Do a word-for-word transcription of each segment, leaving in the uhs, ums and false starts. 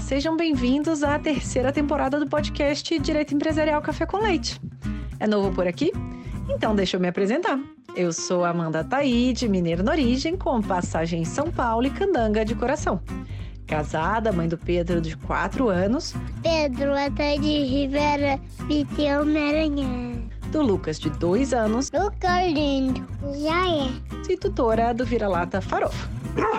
sejam bem-vindos à terceira temporada do podcast Direito Empresarial Café com Leite. É novo por aqui? Então deixa eu me apresentar. Eu sou Amanda Taide, mineira na origem, com passagem em São Paulo e candanga de coração. Casada, mãe do Pedro de quatro anos. Pedro Ataide Rivera Piteu Maranhão. Do Lucas de dois anos. Lucas lindo. Já é. E tutora do Vira-Lata Farofa.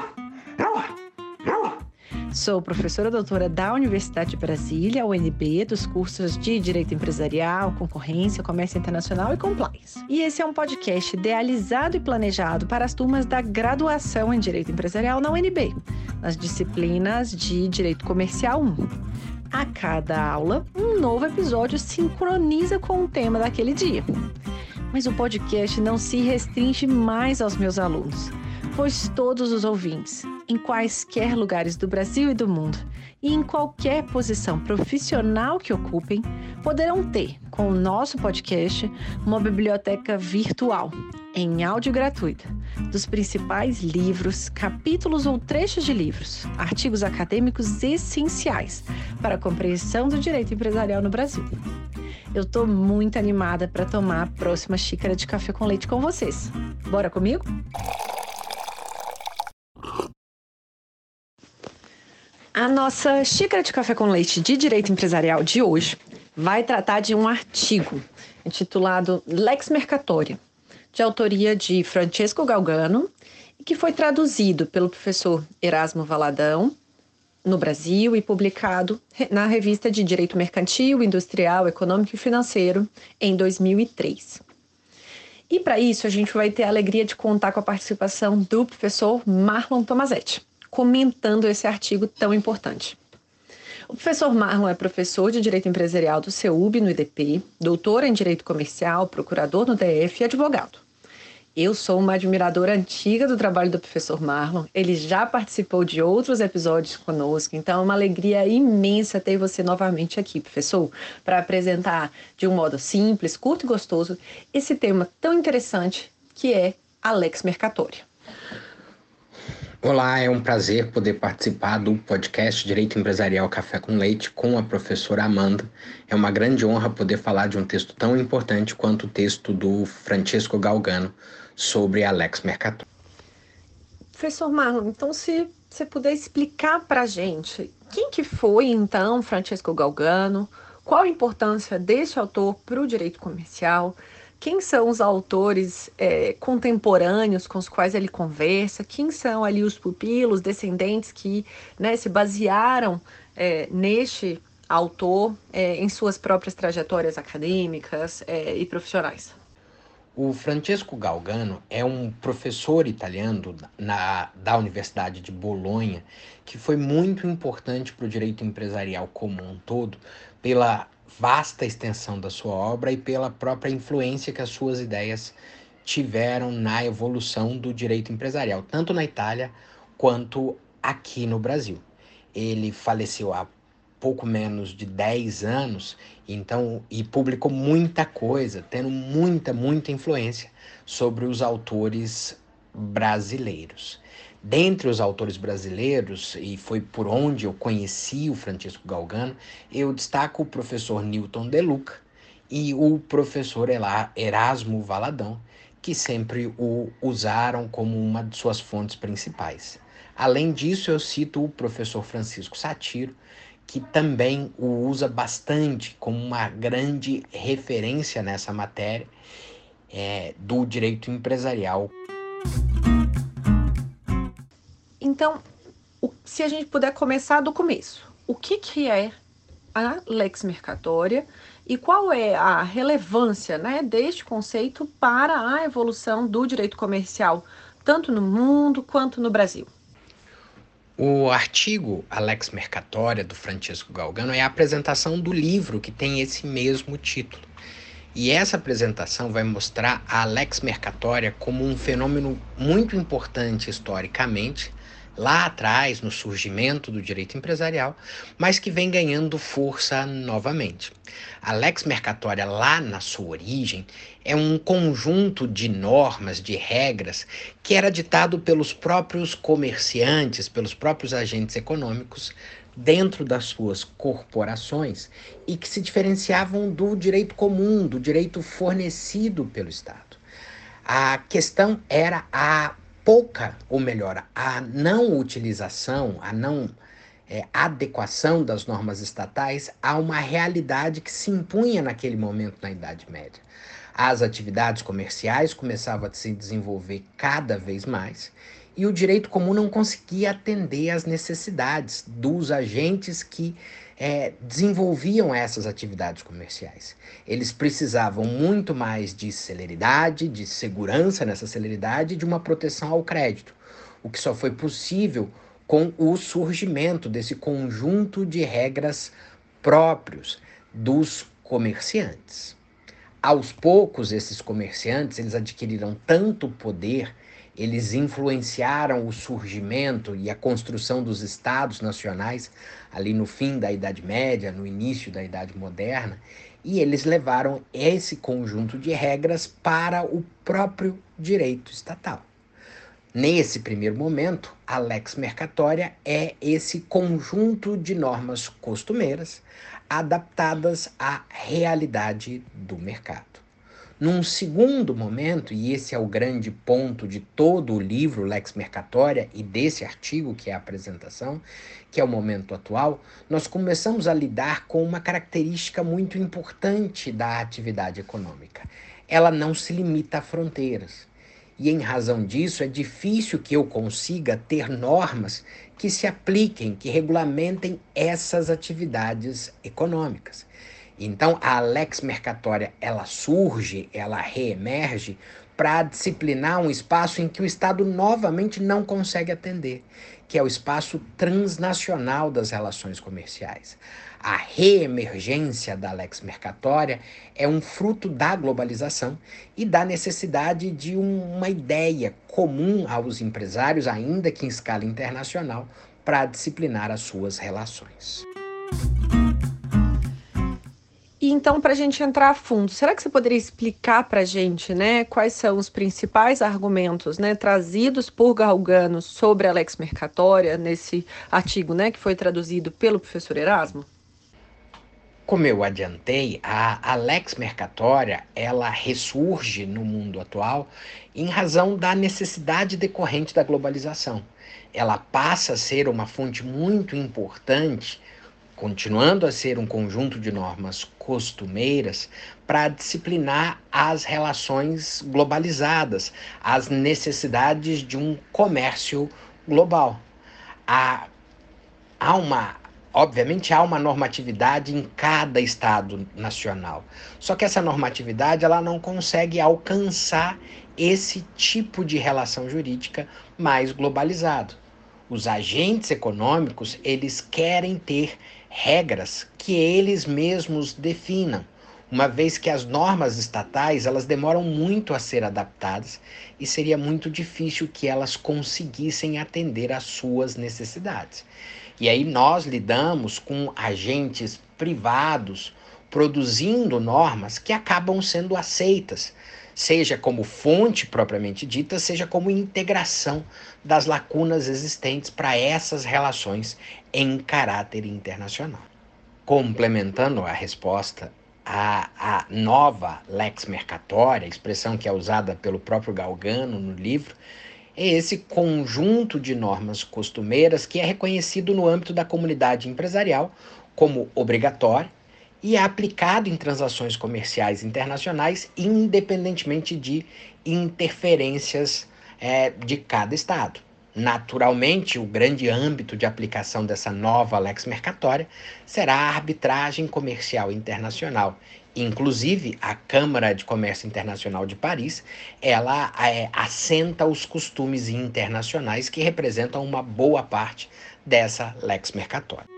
Sou professora doutora da Universidade de Brasília, U N B, dos cursos de Direito Empresarial, Concorrência, Comércio Internacional e Compliance. E esse é um podcast idealizado e planejado para as turmas da graduação em Direito Empresarial na U N B, nas disciplinas de Direito Comercial um. A cada aula, um novo episódio sincroniza com o tema daquele dia. Mas o podcast não se restringe mais aos meus alunos, pois todos os ouvintes, em quaisquer lugares do Brasil e do mundo, e em qualquer posição profissional que ocupem, poderão ter, com o nosso podcast, uma biblioteca virtual, em áudio gratuita, dos principais livros, capítulos ou trechos de livros, artigos acadêmicos essenciais para a compreensão do direito empresarial no Brasil. Eu estou muito animada para tomar a próxima xícara de café com leite com vocês. Bora comigo? A nossa xícara de café com leite de direito empresarial de hoje vai tratar de um artigo intitulado Lex Mercatoria, de autoria de Francesco Galgano, e que foi traduzido pelo professor Erasmo Valadão no Brasil e publicado na revista de Direito Mercantil, Industrial, Econômico e Financeiro em dois mil e três. E para isso a gente vai ter a alegria de contar com a participação do professor Marlon Tomazetti, comentando esse artigo tão importante. O professor Marlon é professor de Direito Empresarial do C E U B no I D P, doutor em Direito Comercial, procurador no D F e advogado. Eu sou uma admiradora antiga do trabalho do professor Marlon, ele já participou de outros episódios conosco, então é uma alegria imensa ter você novamente aqui, professor, para apresentar de um modo simples, curto e gostoso esse tema tão interessante que é a Lex Mercatoria. Olá, é um prazer poder participar do podcast Direito Empresarial Café com Leite com a professora Amanda. É uma grande honra poder falar de um texto tão importante quanto o texto do Francesco Galgano sobre a Lex Mercatoria. Professor Marlon, então se você puder explicar para a gente quem que foi então Francesco Galgano, qual a importância desse autor para o direito comercial, quem são os autores é, contemporâneos com os quais ele conversa, quem são ali os pupilos, descendentes que, né, se basearam é, neste autor é, em suas próprias trajetórias acadêmicas é, e profissionais. O Francesco Galgano é um professor italiano na, da Universidade de Bolonha que foi muito importante para o direito empresarial como um todo pela vasta extensão da sua obra e pela própria influência que as suas ideias tiveram na evolução do direito empresarial, tanto na Itália quanto aqui no Brasil. Ele faleceu há pouco menos de dez anos, então, e publicou muita coisa, tendo muita, muita influência sobre os autores brasileiros. Dentre os autores brasileiros, e foi por onde eu conheci o Francesco Galgano, eu destaco o professor Newton De Luca e o professor Erasmo Valadão, que sempre o usaram como uma de suas fontes principais. Além disso, eu cito o professor Francisco Satiro, que também o usa bastante como uma grande referência nessa matéria é, do direito empresarial. Então, o, se a gente puder começar do começo, o que, que é a Lex Mercatoria e qual é a relevância, né, deste conceito para a evolução do direito comercial, tanto no mundo quanto no Brasil? O artigo A Lex Mercatoria, do Francesco Galgano, é a apresentação do livro que tem esse mesmo título. E essa apresentação vai mostrar a Lex Mercatoria como um fenômeno muito importante historicamente, lá atrás, no surgimento do direito empresarial, mas que vem ganhando força novamente. A Lex Mercatoria, lá na sua origem, é um conjunto de normas, de regras, que era ditado pelos próprios comerciantes, pelos próprios agentes econômicos dentro das suas corporações e que se diferenciavam do direito comum, do direito fornecido pelo Estado. A questão era a pouca, ou melhor, a não utilização, a não é, adequação das normas estatais a uma realidade que se impunha naquele momento na Idade Média. As atividades comerciais começavam a se desenvolver cada vez mais e o direito comum não conseguia atender às necessidades dos agentes que é, desenvolviam essas atividades comerciais. Eles precisavam muito mais de celeridade, de segurança nessa celeridade e de uma proteção ao crédito, o que só foi possível com o surgimento desse conjunto de regras próprios dos comerciantes. Aos poucos, esses comerciantes eles adquiriram tanto poder, eles influenciaram o surgimento e a construção dos estados nacionais ali no fim da Idade Média, no início da Idade Moderna, e eles levaram esse conjunto de regras para o próprio direito estatal. Nesse primeiro momento, a lex mercatória é esse conjunto de normas costumeiras adaptadas à realidade do mercado. Num segundo momento, e esse é o grande ponto de todo o livro Lex Mercatória e desse artigo que é a apresentação, que é o momento atual, nós começamos a lidar com uma característica muito importante da atividade econômica. Ela não se limita a fronteiras. E em razão disso, é difícil que eu consiga ter normas que se apliquem, que regulamentem essas atividades econômicas. Então, a lex mercatória, ela surge, ela reemerge para disciplinar um espaço em que o Estado novamente não consegue atender, que é o espaço transnacional das relações comerciais. A reemergência da lex mercatória é um fruto da globalização e da necessidade de um, uma ideia comum aos empresários, ainda que em escala internacional, para disciplinar as suas relações. E então, para a gente entrar a fundo, será que você poderia explicar para a gente, né, quais são os principais argumentos, né, trazidos por Galgano sobre a lex mercatória nesse artigo, né, que foi traduzido pelo professor Erasmo? Como eu adiantei, a, a lex mercatória ela ressurge no mundo atual em razão da necessidade decorrente da globalização. Ela passa a ser uma fonte muito importante, continuando a ser um conjunto de normas costumeiras para disciplinar as relações globalizadas, as necessidades de um comércio global. Há, há uma, obviamente, há uma normatividade em cada estado nacional, só que essa normatividade ela não consegue alcançar esse tipo de relação jurídica mais globalizado. Os agentes econômicos, eles querem ter regras que eles mesmos definam, uma vez que as normas estatais, elas demoram muito a ser adaptadas e seria muito difícil que elas conseguissem atender às suas necessidades. E aí nós lidamos com agentes privados produzindo normas que acabam sendo aceitas, seja como fonte propriamente dita, seja como integração das lacunas existentes para essas relações em caráter internacional. Complementando a resposta, a, a nova lex mercatória, expressão que é usada pelo próprio Galgano no livro, é esse conjunto de normas costumeiras que é reconhecido no âmbito da comunidade empresarial como obrigatório e é aplicado em transações comerciais internacionais, independentemente de interferências é, de cada estado. Naturalmente, o grande âmbito de aplicação dessa nova lex mercatória será a arbitragem comercial internacional. Inclusive, a Câmara de Comércio Internacional de Paris, ela é, assenta os costumes internacionais que representam uma boa parte dessa lex mercatória.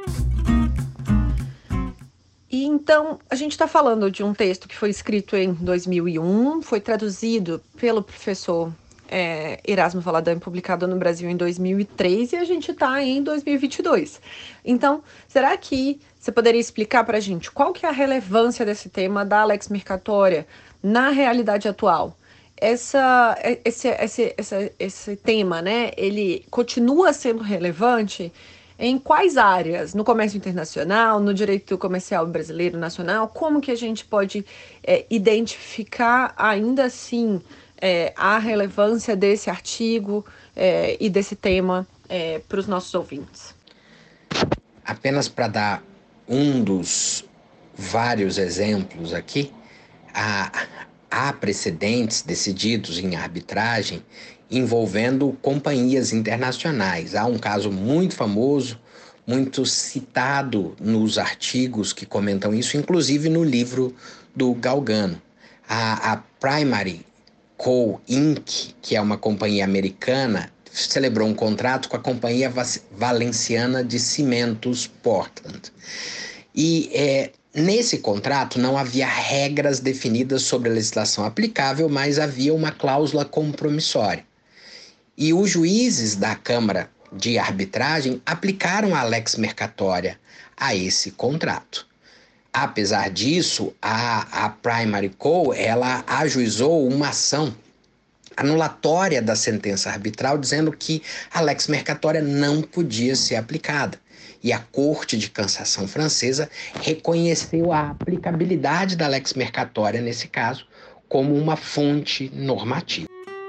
E então, a gente está falando de um texto que foi escrito em dois mil e um, foi traduzido pelo professor é, Erasmo Valadão e publicado no Brasil em dois mil e três, e a gente está em dois mil e vinte e dois. Então, será que você poderia explicar para a gente qual que é a relevância desse tema da lex mercatória na realidade atual? Essa, esse, esse, esse, esse tema, né, ele continua sendo relevante? em quais áreas? No comércio internacional, no direito comercial brasileiro nacional? Como que a gente pode é, identificar ainda assim é, a relevância desse artigo é, e desse tema é, para os nossos ouvintes? Apenas para dar um dos vários exemplos aqui, há, há precedentes decididos em arbitragem envolvendo companhias internacionais. Há um caso muito famoso, muito citado nos artigos que comentam isso, inclusive no livro do Galgano. A, a Primary Co. Incorporated, que é uma companhia americana, celebrou um contrato com a Companhia Valenciana de Cimentos Portland. E é, nesse contrato não havia regras definidas sobre a legislação aplicável, mas havia uma cláusula compromissória. E os juízes da Câmara de Arbitragem aplicaram a lex mercatória a esse contrato. Apesar disso, a, a Primary Co. ela ajuizou uma ação anulatória da sentença arbitral, dizendo que a lex mercatória não podia ser aplicada. E a Corte de Cassação francesa reconheceu a aplicabilidade da lex mercatória, nesse caso, como uma fonte normativa.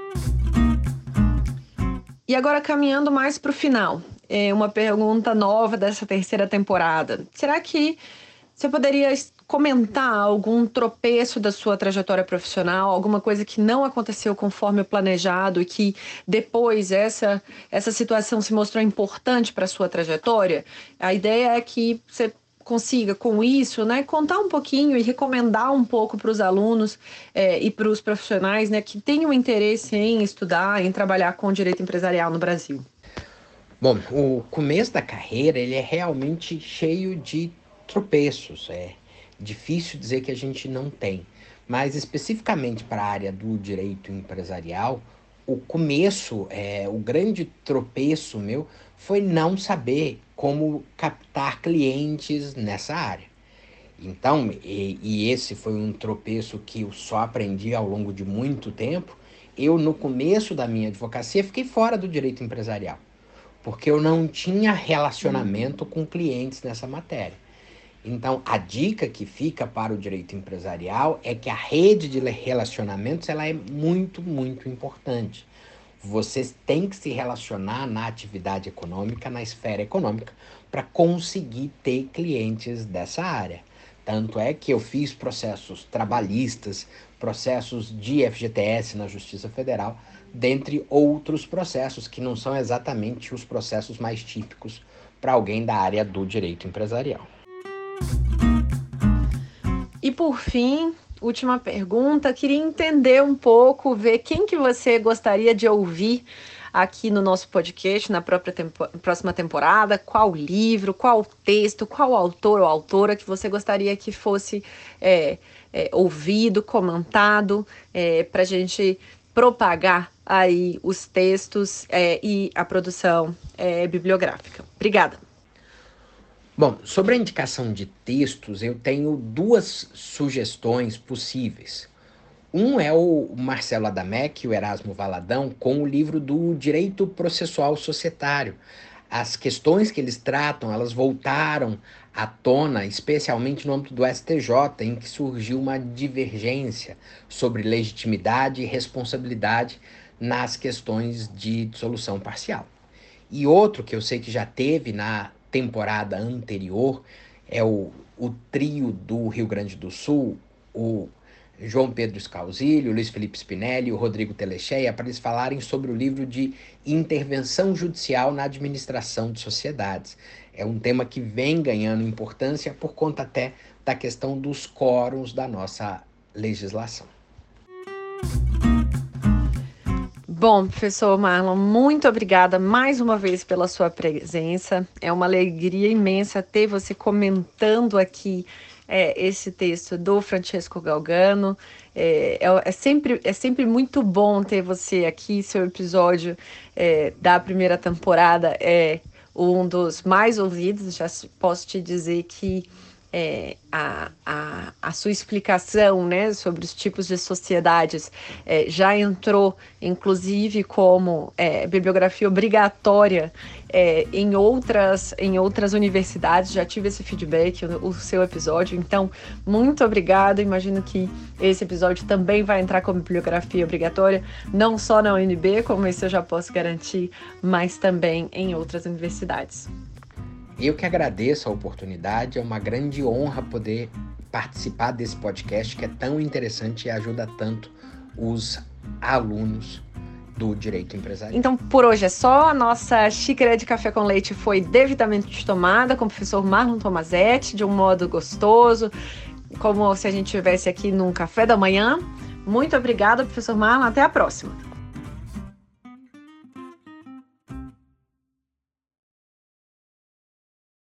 E agora, caminhando mais para o final, é uma pergunta nova dessa terceira temporada. Será que você poderia comentar algum tropeço da sua trajetória profissional, alguma coisa que não aconteceu conforme o planejado e que depois essa, essa situação se mostrou importante para a sua trajetória? A ideia é que você consiga, com isso, né, contar um pouquinho e recomendar um pouco para os alunos é, e para os profissionais, né, que tenham interesse em estudar, em trabalhar com direito empresarial no Brasil. Bom, o começo da carreira ele é realmente cheio de tropeços. É difícil dizer que a gente não tem, mas especificamente para a área do direito empresarial, o começo, é, o grande tropeço meu foi não saber como captar clientes nessa área. Então, e, e esse foi um tropeço que eu só aprendi ao longo de muito tempo. Eu, no começo da minha advocacia, fiquei fora do direito empresarial, porque eu não tinha relacionamento com clientes nessa matéria. Então, a dica que fica para o direito empresarial é que a rede de relacionamentos ela é muito, muito importante. Você tem que se relacionar na atividade econômica, na esfera econômica, para conseguir ter clientes dessa área. Tanto é que eu fiz processos trabalhistas, processos de F G T S na Justiça Federal, dentre outros processos que não são exatamente os processos mais típicos para alguém da área do direito empresarial. E por fim, última pergunta, queria entender um pouco, ver quem que você gostaria de ouvir aqui no nosso podcast, na própria tempo, próxima temporada, qual livro, qual texto, qual autor ou autora que você gostaria que fosse é, é, ouvido, comentado, é, para a gente propagar aí os textos é, e a produção é, bibliográfica. Obrigada. Bom, sobre a indicação de textos, eu tenho duas sugestões possíveis. Um é o Marcelo Adamec e o Erasmo Valadão com o livro do Direito Processual Societário. As questões que eles tratam, elas voltaram à tona, especialmente no âmbito do S T J, em que surgiu uma divergência sobre legitimidade e responsabilidade nas questões de dissolução parcial. E outro que eu sei que já teve na temporada anterior é o, o trio do Rio Grande do Sul, o João Pedro Scalzilho, o Luiz Felipe Spinelli e o Rodrigo Telecheia, para eles falarem sobre o livro de intervenção judicial na administração de sociedades. É um tema que vem ganhando importância por conta até da questão dos quóruns da nossa legislação. Bom, professor Marlon, muito obrigada mais uma vez pela sua presença. É uma alegria imensa ter você comentando aqui é, esse texto do Francesco Galgano. É, é, é, sempre, é sempre muito bom ter você aqui. Seu episódio é, da primeira temporada é um dos mais ouvidos. Já posso te dizer que é, a, a, a sua explicação, né, sobre os tipos de sociedades é, já entrou, inclusive, como é, bibliografia obrigatória é, em, outras, em outras universidades. Já tive esse feedback, o, o seu episódio. Então, muito obrigada. Imagino que esse episódio também vai entrar como bibliografia obrigatória, não só na U N B, como isso eu já posso garantir, mas também em outras universidades. Eu que agradeço a oportunidade, é uma grande honra poder participar desse podcast que é tão interessante e ajuda tanto os alunos do direito empresarial. Então, por hoje é só. A nossa xícara de café com leite foi devidamente tomada com o professor Marlon Tomazetti, de um modo gostoso, como se a gente estivesse aqui num café da manhã. Muito obrigada, professor Marlon. Até a próxima.